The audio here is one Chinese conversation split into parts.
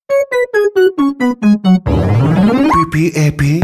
PPAP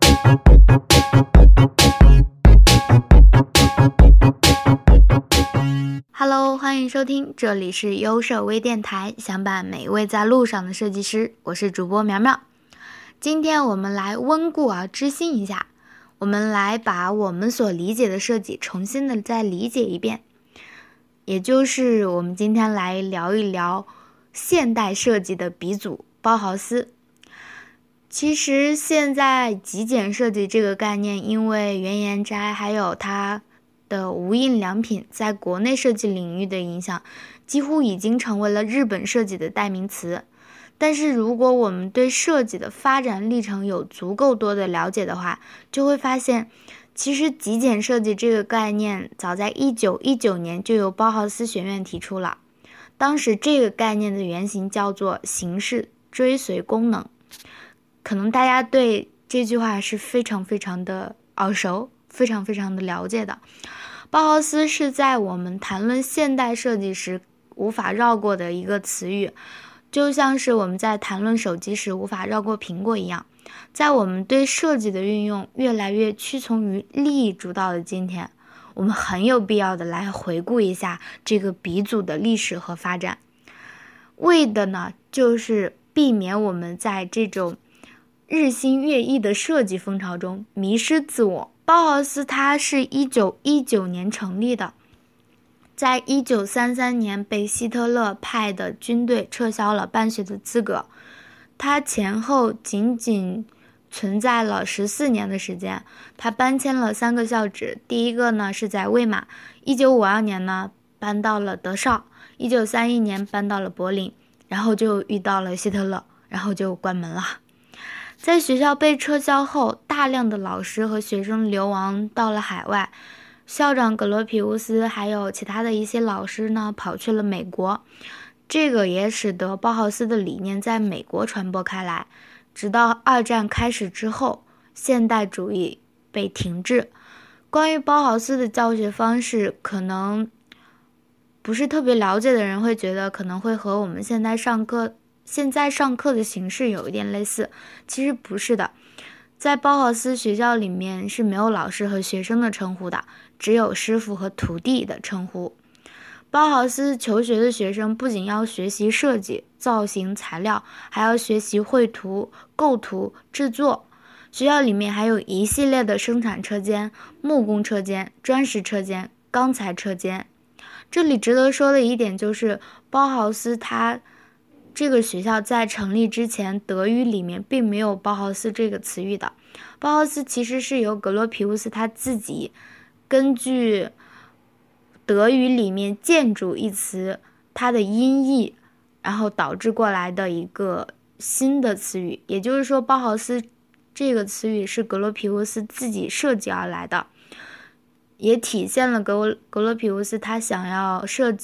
Hello， 欢迎收听，这里是优设微电台，相伴每一位在路上的设计师，我是主播苗苗。今天我们来温故而知新一下，我们来把我们所理解的设计重新的再理解一遍，也就是我们今天来聊一聊现代设计的鼻祖包豪斯。其实现在极简设计这个概念，因为原研斋还有它的无印良品在国内设计领域的影响，几乎已经成为了日本设计的代名词。但是如果我们对设计的发展历程有足够多的了解的话，就会发现其实极简设计这个概念早在1919年就由包豪斯学院提出了。当时这个概念的原型叫做形式追随功能，可能大家对这句话是非常非常的耳熟，非常非常的了解的。包豪斯是在我们谈论现代设计时无法绕过的一个词语，就像是我们在谈论手机时无法绕过苹果一样。在我们对设计的运用越来越屈从于利益主导的今天，我们很有必要的来回顾一下这个鼻祖的历史和发展，为的呢就是避免我们在这种日新月异的设计风潮中迷失自我。包豪斯它是1919年成立的，在1933年被希特勒派的军队撤销了办学的资格，它前后仅仅存在了14年的时间。它搬迁了3个校址，第一个呢是在魏玛，1952年呢搬到了德绍，1931年搬到了柏林，然后就遇到了希特勒，然后就关门了。在学校被撤销后，大量的老师和学生流亡到了海外，校长格罗皮乌斯还有其他的一些老师呢跑去了美国，这个也使得包豪斯的理念在美国传播开来。直到2战开始之后，现代主义被停滞。关于包豪斯的教学方式，可能不是特别了解的人会觉得可能会和我们现在上课的形式有一点类似，其实不是的。在包豪斯学校里面是没有老师和学生的称呼的，只有师傅和徒弟的称呼。包豪斯求学的学生不仅要学习设计、造型、材料，还要学习绘图、构图、制作。学校里面还有一系列的生产车间、木工车间、砖石车间、钢材车间。这里值得说的一点就是，包豪斯他这个学校在成立之前，德语里面并没有包豪斯这个词语的。包豪斯其实是由格罗皮乌斯他自己根据德语里面建筑一词它的音译，然后导致过来的一个新的词语。也就是说，包豪斯这个词语是格罗皮乌斯自己设计而来的，也体现了格罗皮乌斯他想要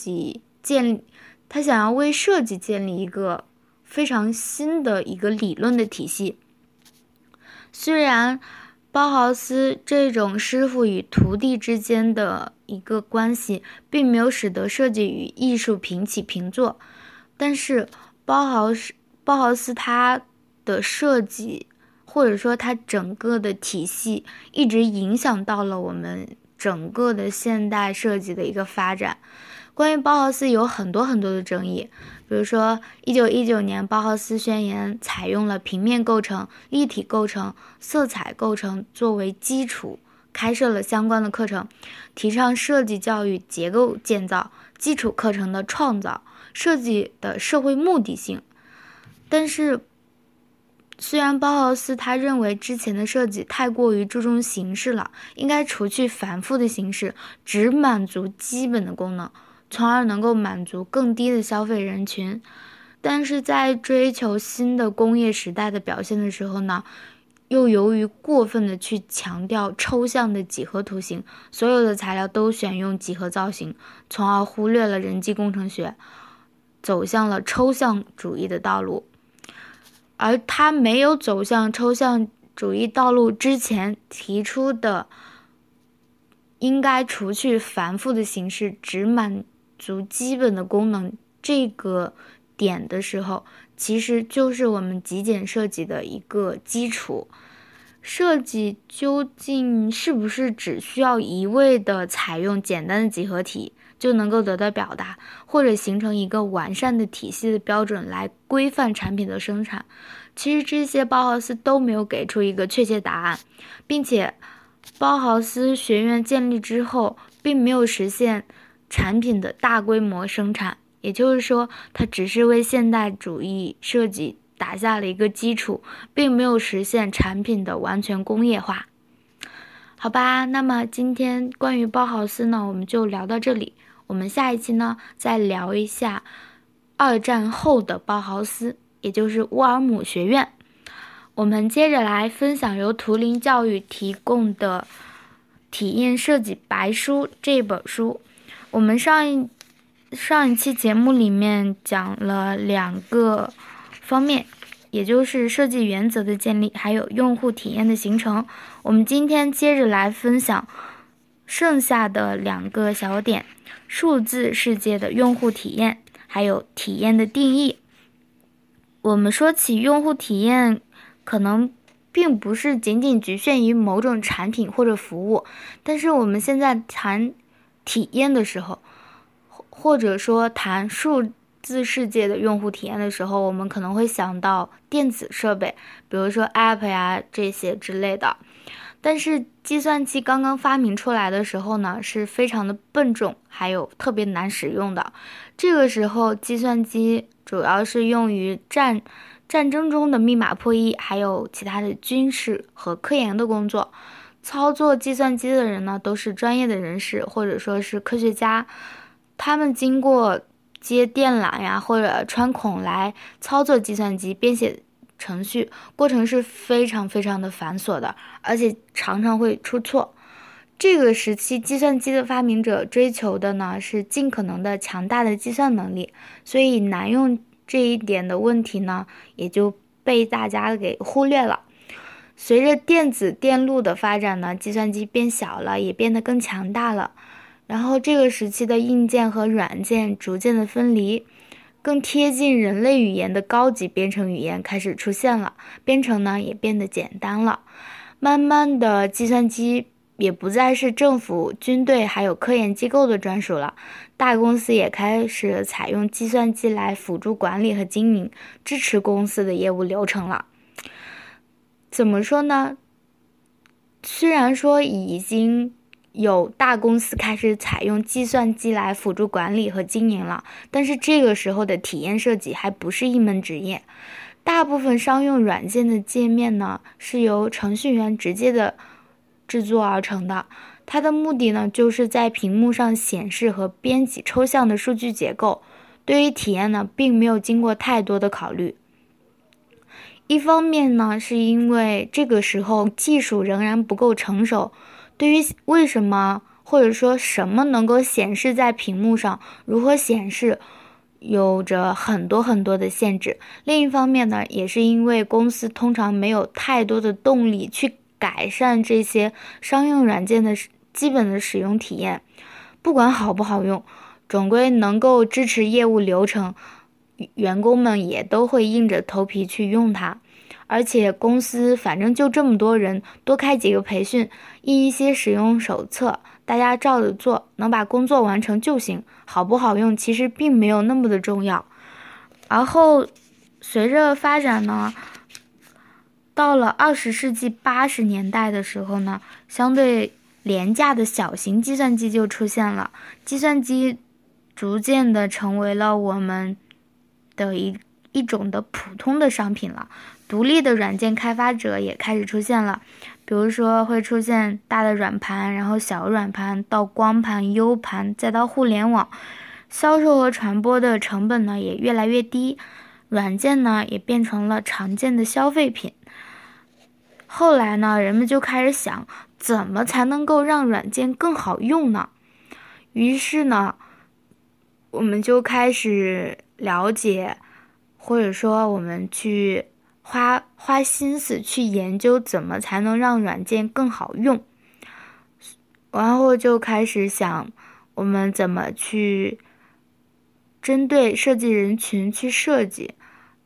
为设计建立一个非常新的一个理论的体系。虽然包豪斯这种师傅与徒弟之间的一个关系并没有使得设计与艺术平起平坐，但是包豪斯他的设计或者说他整个的体系一直影响到了我们整个的现代设计的一个发展。关于包豪斯有很多很多的争议，比如说1919年包豪斯宣言采用了平面构成、立体构成、色彩构成作为基础，开设了相关的课程，提倡设计教育结构建造、基础课程的创造、设计的社会目的性。但是虽然包豪斯他认为之前的设计太过于注重形式了，应该除去繁复的形式，只满足基本的功能，从而能够满足更低的消费人群。但是在追求新的工业时代的表现的时候呢，又由于过分的去强调抽象的几何图形，所有的材料都选用几何造型，从而忽略了人机工程学，走向了抽象主义的道路。而他没有走向抽象主义道路之前提出的应该除去繁复的形式，只满足基本的功能这个点的时候， 其实就是我们极简设计的一个基础。设计究竟是不是只需要一味的采用简单的几何体就能够得到表达，或者形成一个完善的体系的标准来规范产品的生产？其实这些包豪斯都没有给出一个确切答案，并且包豪斯学院建立之后并没有实现产品的大规模生产，也就是说它只是为现代主义设计打下了一个基础，并没有实现产品的完全工业化。好吧，那么今天关于包豪斯呢，我们就聊到这里。我们下一期呢，再聊一下二战后的包豪斯，也就是沃尔姆学院。我们接着来分享由图灵教育提供的体验设计白书这本书。我们上一期节目里面讲了2个方面，也就是设计原则的建立，还有用户体验的形成。我们今天接着来分享剩下的2个小点：数字世界的用户体验，还有体验的定义。我们说起用户体验，可能并不是仅仅局限于某种产品或者服务，但是我们现在谈体验的时候，或者说谈数字世界的用户体验的时候，我们可能会想到电子设备，比如说 App 呀这些之类的。但是计算机刚刚发明出来的时候呢，是非常的笨重，还有特别难使用的。这个时候计算机主要是用于战争中的密码破译，还有其他的军事和科研的工作。操作计算机的人呢，都是专业的人士，或者说是科学家。他们经过接电缆呀，或者穿孔来操作计算机，编写程序，过程是非常非常的繁琐的，而且常常会出错。这个时期计算机的发明者追求的呢，是尽可能的强大的计算能力，所以难用这一点的问题呢，也就被大家给忽略了。随着电子电路的发展呢，计算机变小了，也变得更强大了。然后这个时期的硬件和软件逐渐的分离，更贴近人类语言的高级编程语言开始出现了，编程呢也变得简单了。慢慢的，计算机也不再是政府、军队还有科研机构的专属了，大公司也开始采用计算机来辅助管理和经营，支持公司的业务流程了。怎么说呢？虽然说已经有大公司开始采用计算机来辅助管理和经营了，但是这个时候的体验设计还不是一门职业。大部分商用软件的界面呢，是由程序员直接的制作而成的，它的目的呢，就是在屏幕上显示和编辑抽象的数据结构，对于体验呢，并没有经过太多的考虑。一方面呢，是因为这个时候技术仍然不够成熟，对于为什么或者说什么能够显示在屏幕上，如何显示，有着很多很多的限制。另一方面呢，也是因为公司通常没有太多的动力去改善这些商用软件的基本的使用体验，不管好不好用，总归能够支持业务流程，员工们也都会硬着头皮去用它。而且公司反正就这么多人，多开几个培训，印一些使用手册，大家照着做，能把工作完成就行，好不好用其实并没有那么的重要。而后随着发展呢，到了20世纪80年代的时候呢，相对廉价的小型计算机就出现了，计算机逐渐的成为了我们的一种的普通的商品了。独立的软件开发者也开始出现了，比如说会出现大的软盘，然后小软盘到光盘、U 盘，再到互联网，销售和传播的成本呢也越来越低，软件呢也变成了常见的消费品。后来呢，人们就开始想，怎么才能够让软件更好用呢？于是呢，我们就开始了解，或者说我们去花心思去研究怎么才能让软件更好用，然后就开始想我们怎么去针对设计人群去设计，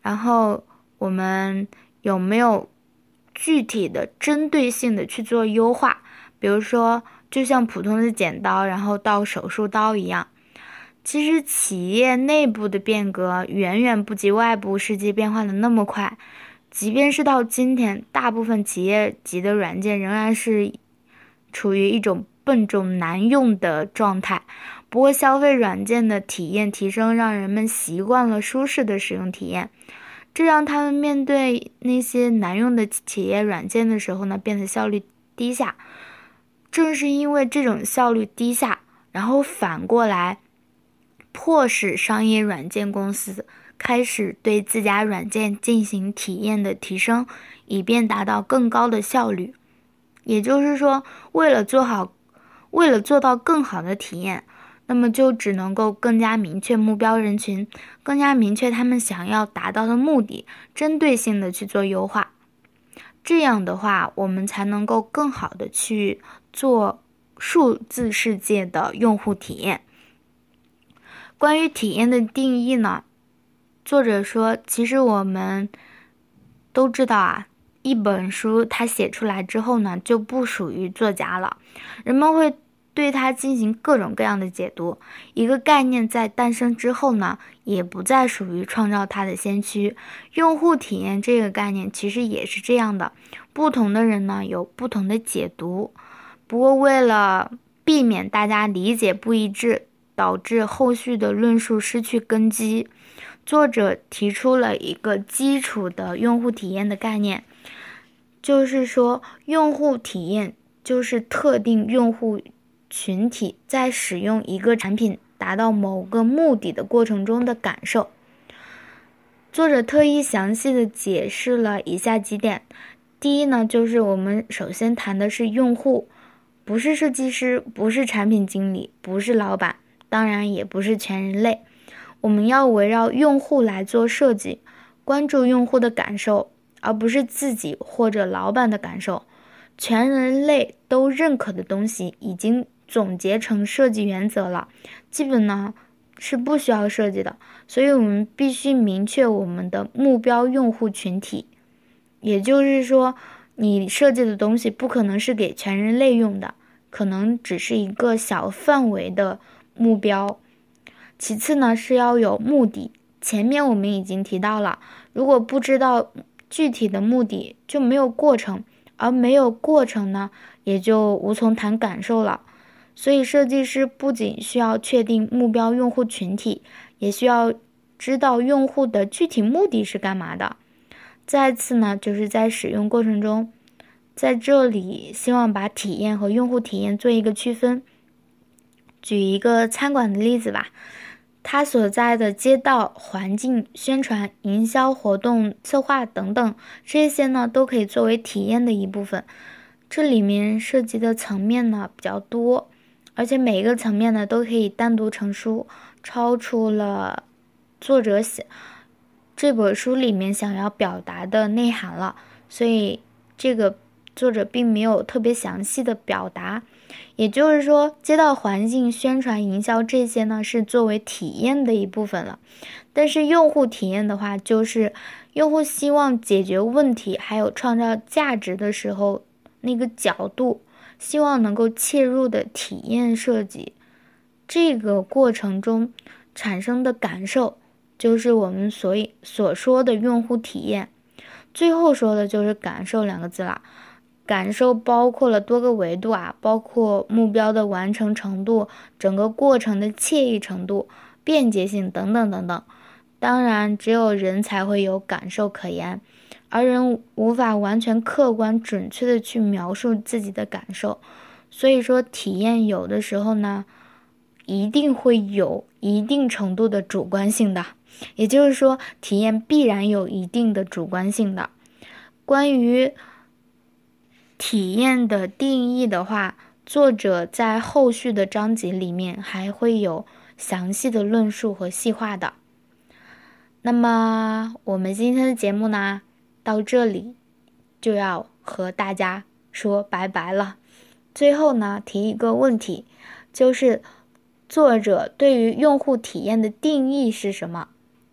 然后我们有没有具体的针对性的去做优化，比如说就像普通的剪刀然后到手术刀一样。其实企业内部的变革远远不及外部世界变化的那么快，即便是到今天，大部分企业级的软件仍然是处于一种笨重难用的状态。不过消费软件的体验提升，让人们习惯了舒适的使用体验，这让他们面对那些难用的企业软件的时候呢，变得效率低下。正是因为这种效率低下，然后反过来迫使商业软件公司开始对自家软件进行体验的提升，以便达到更高的效率。也就是说，为了做到更好的体验，那么就只能够更加明确目标人群，更加明确他们想要达到的目的，针对性的去做优化。这样的话，我们才能够更好的去做数字世界的用户体验。关于体验的定义呢，作者说，其实我们都知道啊，一本书它写出来之后呢，就不属于作家了，人们会对它进行各种各样的解读。一个概念在诞生之后呢，也不再属于创造它的先驱。用户体验这个概念其实也是这样的，不同的人呢有不同的解读。不过为了避免大家理解不一致，导致后续的论述失去根基，作者提出了一个基础的用户体验的概念，就是说用户体验就是特定用户群体在使用一个产品达到某个目的的过程中的感受。作者特意详细的解释了以下几点。第一呢，就是我们首先谈的是用户，不是设计师，不是产品经理，不是老板，当然也不是全人类。我们要围绕用户来做设计，关注用户的感受，而不是自己或者老板的感受。全人类都认可的东西已经总结成设计原则了，基本呢是不需要设计的，所以我们必须明确我们的目标用户群体。也就是说，你设计的东西不可能是给全人类用的，可能只是一个小范围的目标。其次呢，是要有目的。前面我们已经提到了，如果不知道具体的目的，就没有过程，而没有过程呢，也就无从谈感受了。所以设计师不仅需要确定目标用户群体，也需要知道用户的具体目的是干嘛的。再次呢，就是在使用过程中，在这里希望把体验和用户体验做一个区分。举一个餐馆的例子吧，它所在的街道、环境、宣传、营销活动、策划等等，这些呢都可以作为体验的一部分。这里面涉及的层面呢比较多，而且每一个层面呢都可以单独成书，超出了作者这本书里面想要表达的内涵了，所以这个作者并没有特别详细的表达。也就是说，街道环境、宣传、营销这些呢是作为体验的一部分了。但是用户体验的话，就是用户希望解决问题还有创造价值的时候，那个角度希望能够切入的体验设计，这个过程中产生的感受，就是我们所说的用户体验。最后说的就是感受两个字了。感受包括了多个维度啊，包括目标的完成程度、整个过程的惬意程度、便捷性等等等等。当然，只有人才会有感受可言，而人无法完全客观准确的去描述自己的感受。所以说，体验有的时候呢，一定会有一定程度的主观性的，也就是说，体验必然有一定的主观性的。关于体验的定义的话，作者在后续的章节里面还会有详细的论述和细化的。那么我们今天的节目呢，到这里就要和大家说拜拜了。最后呢，提一个问题，就是作者对于用户体验的定义是什么？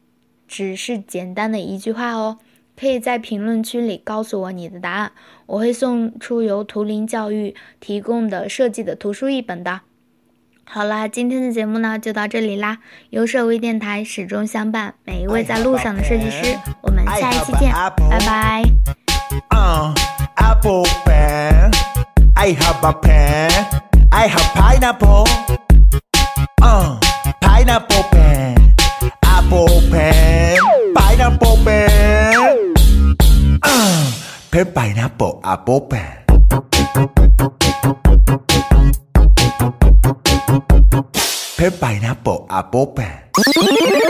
只是简单的一句话哦。可以在评论区里告诉我你的答案，我会送出由图灵教育提供的设计的图书一本的。好啦，今天的节目呢就到这里啦。优设微电台始终相伴每一位在路上的设计师，我们下一期见，拜拜。 Apple pen, I have a pen, I have pineapple. Pineapple pen, apple pen, pineapple pen. Pen pineapple apple pen. Pen pineapple apple pen.